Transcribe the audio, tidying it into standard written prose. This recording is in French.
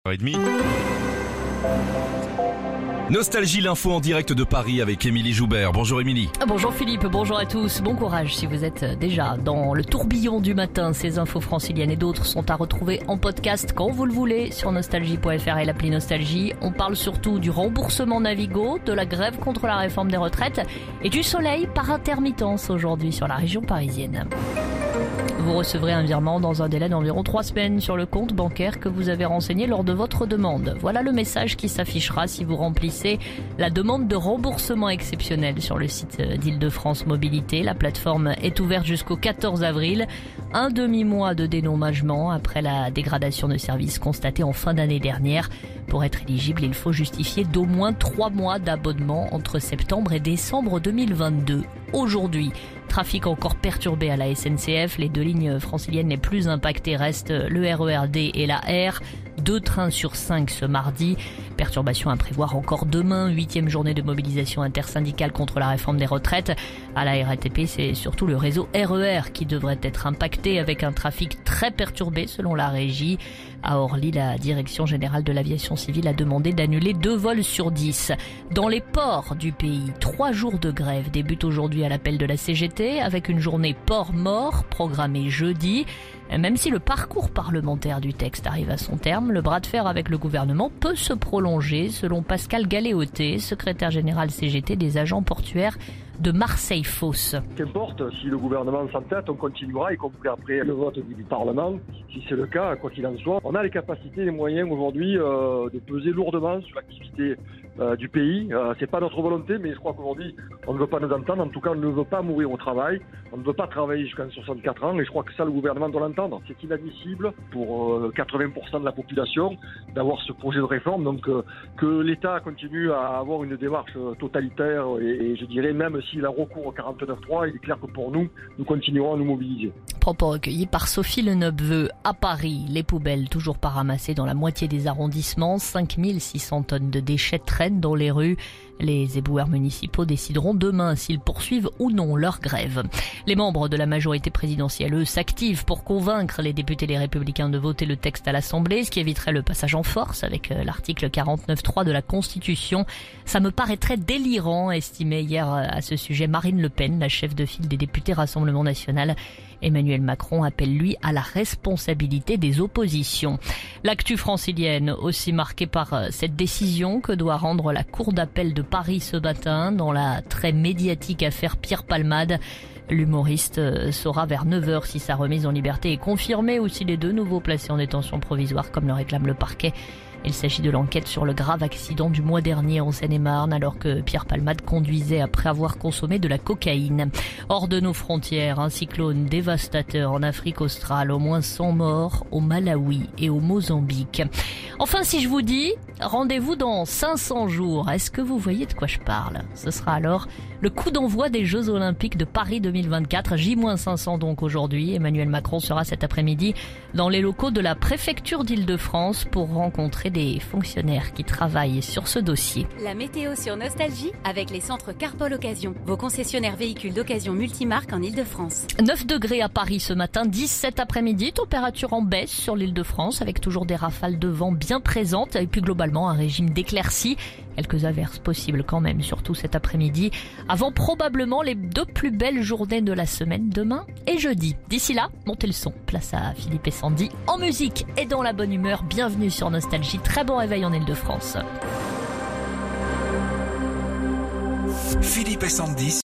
30. Nostalgie, l'info en direct de Paris avec Émilie Joubert. Bonjour Émilie. Bonjour Philippe, bonjour à tous. Bon courage si vous êtes déjà dans le tourbillon du matin. Ces infos franciliennes et d'autres sont à retrouver en podcast quand vous le voulez sur nostalgie.fr et l'appli Nostalgie. On parle surtout du remboursement Navigo, de la grève contre la réforme des retraites et du soleil par intermittence aujourd'hui sur la région parisienne. Vous recevrez un virement dans un délai d'environ 3 semaines sur le compte bancaire que vous avez renseigné lors de votre demande. Voilà le message qui s'affichera si vous remplissez la demande de remboursement exceptionnel sur le site d'Île-de-France Mobilité. La plateforme est ouverte jusqu'au 14 avril. Un demi-mois de dédommagement après la dégradation de services constatée en fin d'année dernière. Pour être éligible, il faut justifier d'au moins 3 mois d'abonnement entre septembre et décembre 2022. Aujourd'hui, trafic encore perturbé à la SNCF. Les deux lignes franciliennes les plus impactées restent le RER-D et la R. 2 trains sur 5 ce mardi. Perturbation à prévoir encore demain, 8e journée de mobilisation intersyndicale contre la réforme des retraites. À la RATP, c'est surtout le réseau RER qui devrait être impacté avec un trafic très perturbé selon la régie. À Orly, la direction générale de l'aviation civile a demandé d'annuler 2 vols sur 10. Dans les ports du pays, 3 jours de grève débutent aujourd'hui à l'appel de la CGT avec une journée port mort programmée jeudi. Même si le parcours parlementaire du texte arrive à son terme, le bras de fer avec le gouvernement peut se prolonger, selon Pascal Galéoté, secrétaire général CGT des agents portuaires de Marseille-Fos. Qu'importe, si le gouvernement s'entête, on continuera, y compris après le vote du Parlement. Si c'est le cas, quoi qu'il en soit, on a les capacités, les moyens aujourd'hui de peser lourdement sur l'activité du pays. C'est pas notre volonté, mais je crois qu'aujourd'hui, on ne veut pas nous entendre. En tout cas, on ne veut pas mourir au travail. On ne veut pas travailler jusqu'à 64 ans. Et je crois que ça, le gouvernement doit l'entendre. C'est inadmissible pour 80% de la population d'avoir ce projet de réforme. Donc, que l'État continue à avoir une démarche totalitaire et je dirais même s'il a recours au 49.3, il est clair que pour nous continuerons à nous mobiliser. Propos recueillis par Sophie Leneveu. À Paris, les poubelles toujours pas ramassées dans la moitié des arrondissements. 5600 tonnes de déchets traînent dans les rues. Les éboueurs municipaux décideront demain s'ils poursuivent ou non leur grève. Les membres de la majorité présidentielle, eux, s'activent pour convaincre les députés les Républicains de voter le texte à l'Assemblée, ce qui éviterait le passage en force avec l'article 49.3 de la Constitution. Ça me paraîtrait délirant, estimait hier à ce sujet Marine Le Pen, la chef de file des députés Rassemblement National. Emmanuel Macron appelle, lui, à la responsabilité des oppositions. L'actu francilienne aussi marquée par cette décision que doit rendre la Cour d'appel de Paris ce matin dans la très médiatique affaire Pierre Palmade. L'humoriste saura vers 9h si sa remise en liberté est confirmée ou si les 2 nouveaux placés en détention provisoire comme le réclame le parquet. Il s'agit de l'enquête sur le grave accident du mois dernier en Seine-et-Marne alors que Pierre Palmade conduisait après avoir consommé de la cocaïne. Hors de nos frontières, un cyclone dévastateur en Afrique australe, au moins 100 morts au Malawi et au Mozambique. Enfin, si je vous dis, rendez-vous dans 500 jours, est-ce que vous voyez de quoi je parle? Ce sera alors le coup d'envoi des Jeux Olympiques de Paris 2024, J-500 donc aujourd'hui. Emmanuel Macron sera cet après-midi dans les locaux de la préfecture d'Île-de-France pour rencontrer des fonctionnaires qui travaillent sur ce dossier. La météo sur Nostalgie avec les centres Carpol Occasion, vos concessionnaires véhicules d'occasion multimarques en Île-de-France. 9 degrés à Paris ce matin, 10 cet après-midi, température en baisse sur l'Île-de-France avec toujours des rafales de vent bien présentes et puis globalement un régime d'éclaircies. Quelques averses possibles quand même, surtout cet après-midi, avant probablement les 2 plus belles journées de la semaine, demain et jeudi. D'ici là, montez le son, place à Philippe et Sandy, en musique et dans la bonne humeur. Bienvenue sur Nostalgie, très bon réveil en Île-de-France. Philippe et Sandy.